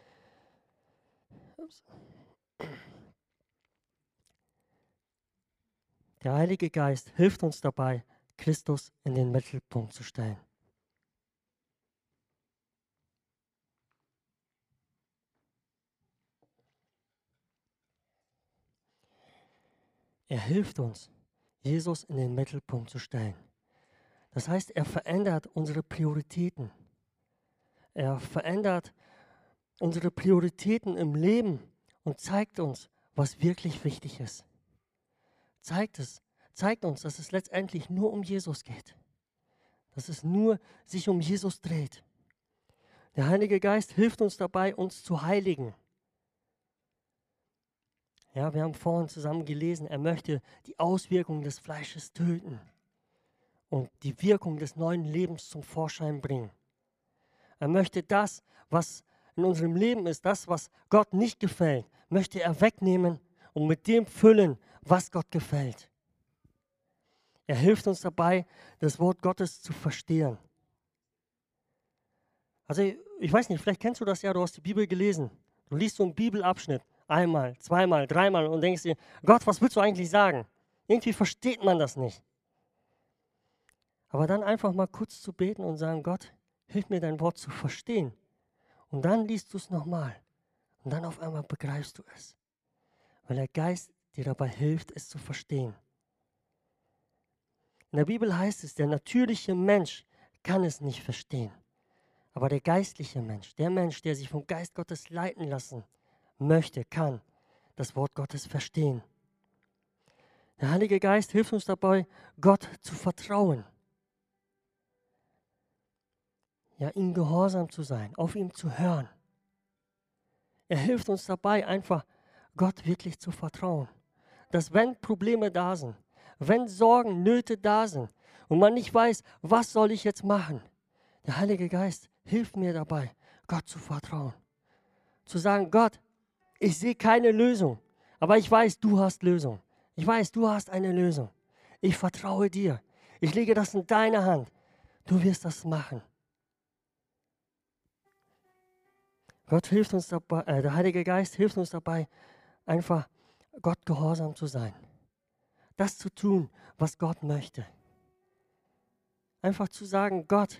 Ups. Der Heilige Geist hilft uns dabei, Christus in den Mittelpunkt zu stellen. Er hilft uns, Jesus in den Mittelpunkt zu stellen. Das heißt, er verändert unsere Prioritäten. Er verändert unsere Prioritäten im Leben und zeigt uns, was wirklich wichtig ist. Zeigt es, zeigt uns, dass es letztendlich nur um Jesus geht. Dass es nur sich um Jesus dreht. Der Heilige Geist hilft uns dabei, uns zu heiligen. Ja, wir haben vorhin zusammen gelesen, er möchte die Auswirkungen des Fleisches töten und die Wirkung des neuen Lebens zum Vorschein bringen. Er möchte das, was in unserem Leben ist, das, was Gott nicht gefällt, möchte er wegnehmen und mit dem füllen, was Gott gefällt. Er hilft uns dabei, das Wort Gottes zu verstehen. Also ich, ich weiß nicht, vielleicht kennst du das ja, du hast die Bibel gelesen. Du liest so einen Bibelabschnitt einmal, zweimal, dreimal und denkst dir, Gott, was willst du eigentlich sagen? Irgendwie versteht man das nicht. Aber dann einfach mal kurz zu beten und sagen, Gott, hilf mir dein Wort zu verstehen. Und dann liest du es nochmal. Und dann auf einmal begreifst du es. Weil der Geist dir dabei hilft, es zu verstehen. In der Bibel heißt es, der natürliche Mensch kann es nicht verstehen. Aber der geistliche Mensch, der Mensch, der sich vom Geist Gottes leiten lassen möchte, kann das Wort Gottes verstehen. Der Heilige Geist hilft uns dabei, Gott zu vertrauen. Ja, ihm gehorsam zu sein, auf ihn zu hören. Er hilft uns dabei, einfach Gott wirklich zu vertrauen. Dass wenn Probleme da sind, wenn Sorgen, Nöte da sind und man nicht weiß, was soll ich jetzt machen, der Heilige Geist hilft mir dabei, Gott zu vertrauen. Zu sagen, Gott, ich sehe keine Lösung, aber ich weiß, du hast Lösung. Ich weiß, du hast eine Lösung. Ich vertraue dir. Ich lege das in deine Hand. Du wirst das machen. Gott hilft uns dabei, äh, der Heilige Geist hilft uns dabei, einfach Gott gehorsam zu sein. Das zu tun, was Gott möchte. Einfach zu sagen, Gott,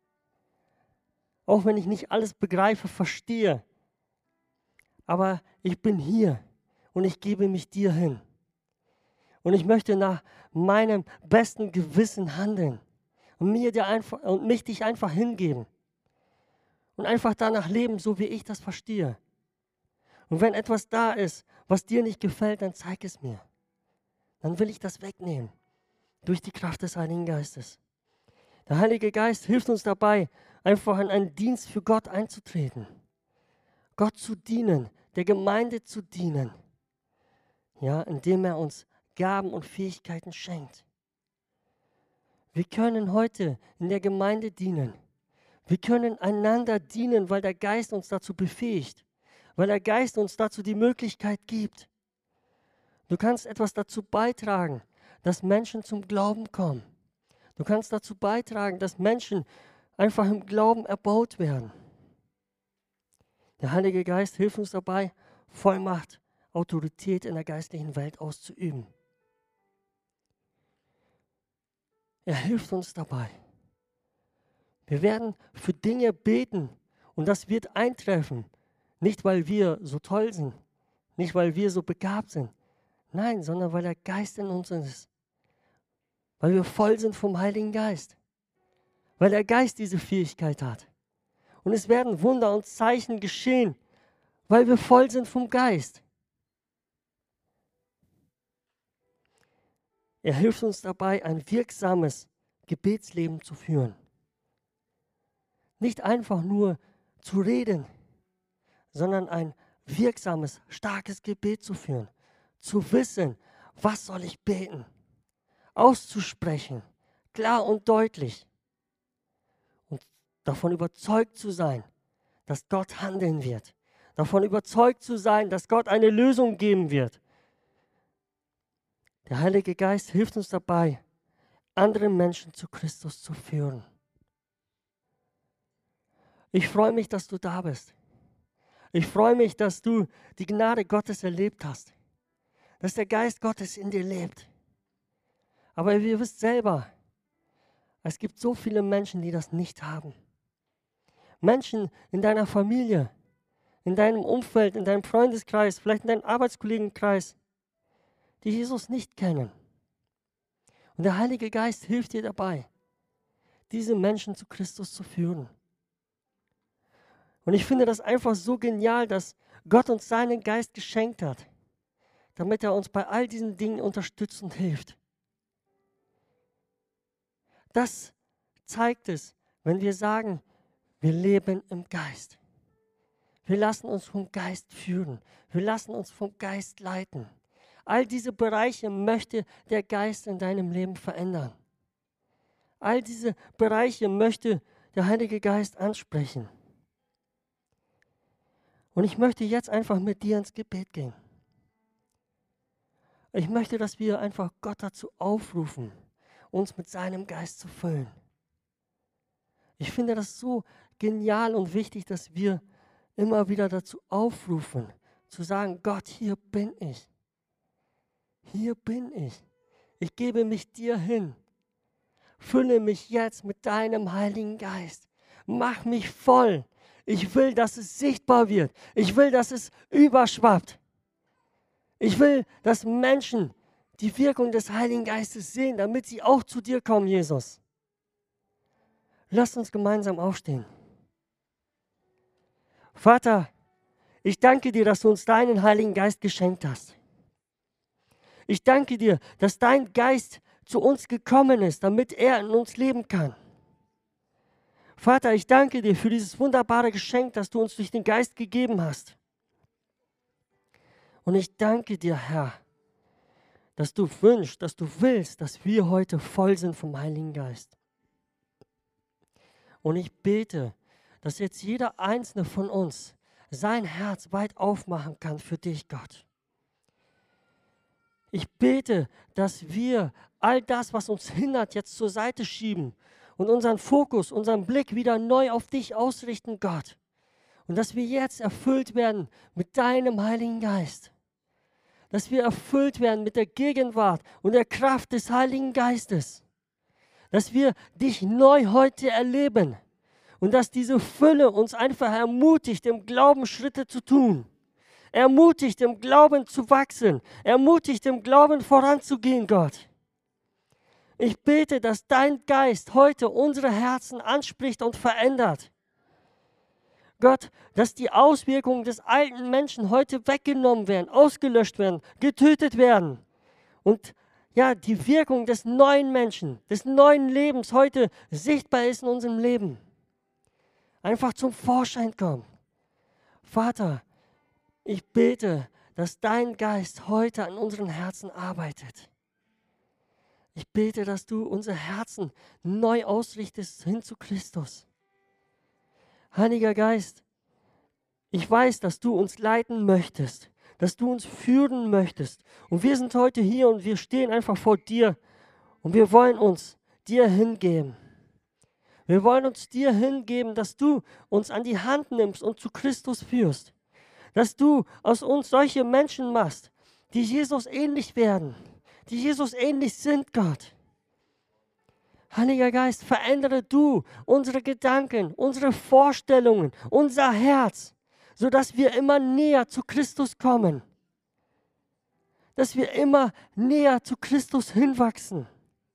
auch wenn ich nicht alles begreife, verstehe, aber ich bin hier und ich gebe mich dir hin. Und ich möchte nach meinem besten Gewissen handeln und, mir dir einfach, und mich dich einfach hingeben. Und einfach danach leben, so wie ich das verstehe. Und wenn etwas da ist, was dir nicht gefällt, dann zeig es mir. Dann will ich das wegnehmen. Durch die Kraft des Heiligen Geistes. Der Heilige Geist hilft uns dabei, einfach in einen Dienst für Gott einzutreten. Gott zu dienen, der Gemeinde zu dienen. Ja, indem er uns Gaben und Fähigkeiten schenkt. Wir können heute in der Gemeinde dienen. Wir können einander dienen, weil der Geist uns dazu befähigt, weil der Geist uns dazu die Möglichkeit gibt. Du kannst etwas dazu beitragen, dass Menschen zum Glauben kommen. Du kannst dazu beitragen, dass Menschen einfach im Glauben erbaut werden. Der Heilige Geist hilft uns dabei, Vollmacht, Autorität in der geistlichen Welt auszuüben. Er hilft uns dabei. Wir werden für Dinge beten und das wird eintreffen. Nicht, weil wir so toll sind, nicht, weil wir so begabt sind. Nein, sondern weil der Geist in uns ist. Weil wir voll sind vom Heiligen Geist. Weil der Geist diese Fähigkeit hat. Und es werden Wunder und Zeichen geschehen, weil wir voll sind vom Geist. Er hilft uns dabei, ein wirksames Gebetsleben zu führen. Nicht einfach nur zu reden, sondern ein wirksames, starkes Gebet zu führen. Zu wissen, was soll ich beten? Auszusprechen, klar und deutlich. Und davon überzeugt zu sein, dass Gott handeln wird. Davon überzeugt zu sein, dass Gott eine Lösung geben wird. Der Heilige Geist hilft uns dabei, andere Menschen zu Christus zu führen. Ich freue mich, dass du da bist. Ich freue mich, dass du die Gnade Gottes erlebt hast. Dass der Geist Gottes in dir lebt. Aber ihr wisst selber, es gibt so viele Menschen, die das nicht haben. Menschen in deiner Familie, in deinem Umfeld, in deinem Freundeskreis, vielleicht in deinem Arbeitskollegenkreis, die Jesus nicht kennen. Und der Heilige Geist hilft dir dabei, diese Menschen zu Christus zu führen. Und ich finde das einfach so genial, dass Gott uns seinen Geist geschenkt hat, damit er uns bei all diesen Dingen unterstützt und hilft. Das zeigt es, wenn wir sagen, wir leben im Geist. Wir lassen uns vom Geist führen. Wir lassen uns vom Geist leiten. All diese Bereiche möchte der Geist in deinem Leben verändern. All diese Bereiche möchte der Heilige Geist ansprechen. Und ich möchte jetzt einfach mit dir ins Gebet gehen. Ich möchte, dass wir einfach Gott dazu aufrufen, uns mit seinem Geist zu füllen. Ich finde das so genial und wichtig, dass wir immer wieder dazu aufrufen, zu sagen, Gott, hier bin ich. Hier bin ich. Ich gebe mich dir hin. Fülle mich jetzt mit deinem Heiligen Geist. Mach mich voll. Ich will, dass es sichtbar wird. Ich will, dass es überschwappt. Ich will, dass Menschen die Wirkung des Heiligen Geistes sehen, damit sie auch zu dir kommen, Jesus. Lass uns gemeinsam aufstehen. Vater, ich danke dir, dass du uns deinen Heiligen Geist geschenkt hast. Ich danke dir, dass dein Geist zu uns gekommen ist, damit er in uns leben kann. Vater, ich danke dir für dieses wunderbare Geschenk, das du uns durch den Geist gegeben hast. Und ich danke dir, Herr, dass du wünschst, dass du willst, dass wir heute voll sind vom Heiligen Geist. Und ich bete, dass jetzt jeder einzelne von uns sein Herz weit aufmachen kann für dich, Gott. Ich bete, dass wir all das, was uns hindert, jetzt zur Seite schieben und unseren Fokus, unseren Blick wieder neu auf dich ausrichten, Gott. Und dass wir jetzt erfüllt werden mit deinem Heiligen Geist. Dass wir erfüllt werden mit der Gegenwart und der Kraft des Heiligen Geistes. Dass wir dich neu heute erleben und dass diese Fülle uns einfach ermutigt, im Glauben Schritte zu tun. Ermutigt, im Glauben zu wachsen. Ermutigt, im Glauben voranzugehen, Gott. Ich bete, dass dein Geist heute unsere Herzen anspricht und verändert. Gott, dass die Auswirkungen des alten Menschen heute weggenommen werden, ausgelöscht werden, getötet werden. Und ja, die Wirkung des neuen Menschen, des neuen Lebens heute sichtbar ist in unserem Leben. Einfach zum Vorschein kommt. Vater, ich bete, dass dein Geist heute an unseren Herzen arbeitet. Ich bete, dass du unser Herzen neu ausrichtest hin zu Christus. Heiliger Geist, ich weiß, dass du uns leiten möchtest, dass du uns führen möchtest. Und wir sind heute hier und wir stehen einfach vor dir und wir wollen uns dir hingeben. Wir wollen uns dir hingeben, dass du uns an die Hand nimmst und zu Christus führst. Dass du aus uns solche Menschen machst, die Jesus ähnlich werden, die Jesus ähnlich sind, Gott. Heiliger Geist, verändere du unsere Gedanken, unsere Vorstellungen, unser Herz, sodass wir immer näher zu Christus kommen. Dass wir immer näher zu Christus hinwachsen.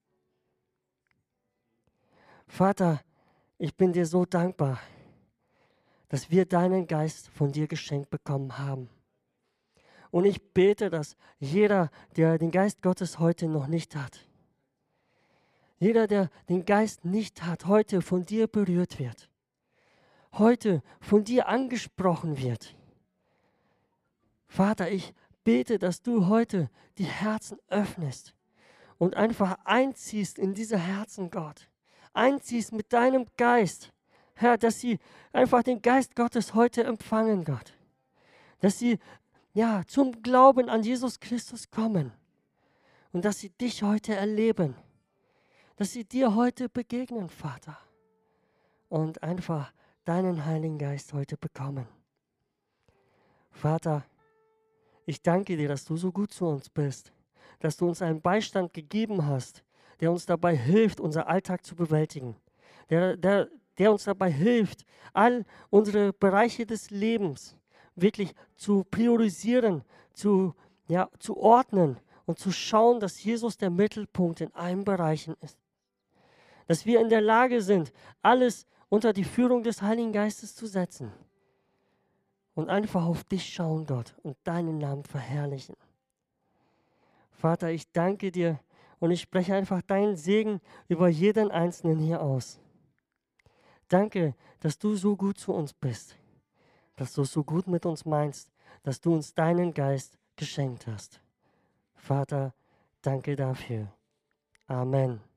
Vater, ich bin dir so dankbar, dass wir deinen Geist von dir geschenkt bekommen haben. Und ich bete, dass jeder, der den Geist Gottes heute noch nicht hat, jeder, der den Geist nicht hat, heute von dir berührt wird. Heute von dir angesprochen wird. Vater, ich bete, dass du heute die Herzen öffnest und einfach einziehst in diese Herzen, Gott. Einziehst mit deinem Geist, Herr, dass sie einfach den Geist Gottes heute empfangen, Gott. Dass sie ja, zum Glauben an Jesus Christus kommen und dass sie dich heute erleben. Dass sie dir heute begegnen, Vater, und einfach deinen Heiligen Geist heute bekommen. Vater, ich danke dir, dass du so gut zu uns bist, dass du uns einen Beistand gegeben hast, der uns dabei hilft, unser Alltag zu bewältigen, der, der, der uns dabei hilft, all unsere Bereiche des Lebens wirklich zu priorisieren, zu, ja, zu ordnen und zu schauen, dass Jesus der Mittelpunkt in allen Bereichen ist. Dass wir in der Lage sind, alles unter die Führung des Heiligen Geistes zu setzen und einfach auf dich schauen, Gott, und deinen Namen verherrlichen. Vater, ich danke dir und ich spreche einfach deinen Segen über jeden Einzelnen hier aus. Danke, dass du so gut zu uns bist, dass du es so gut mit uns meinst, dass du uns deinen Geist geschenkt hast. Vater, danke dafür. Amen.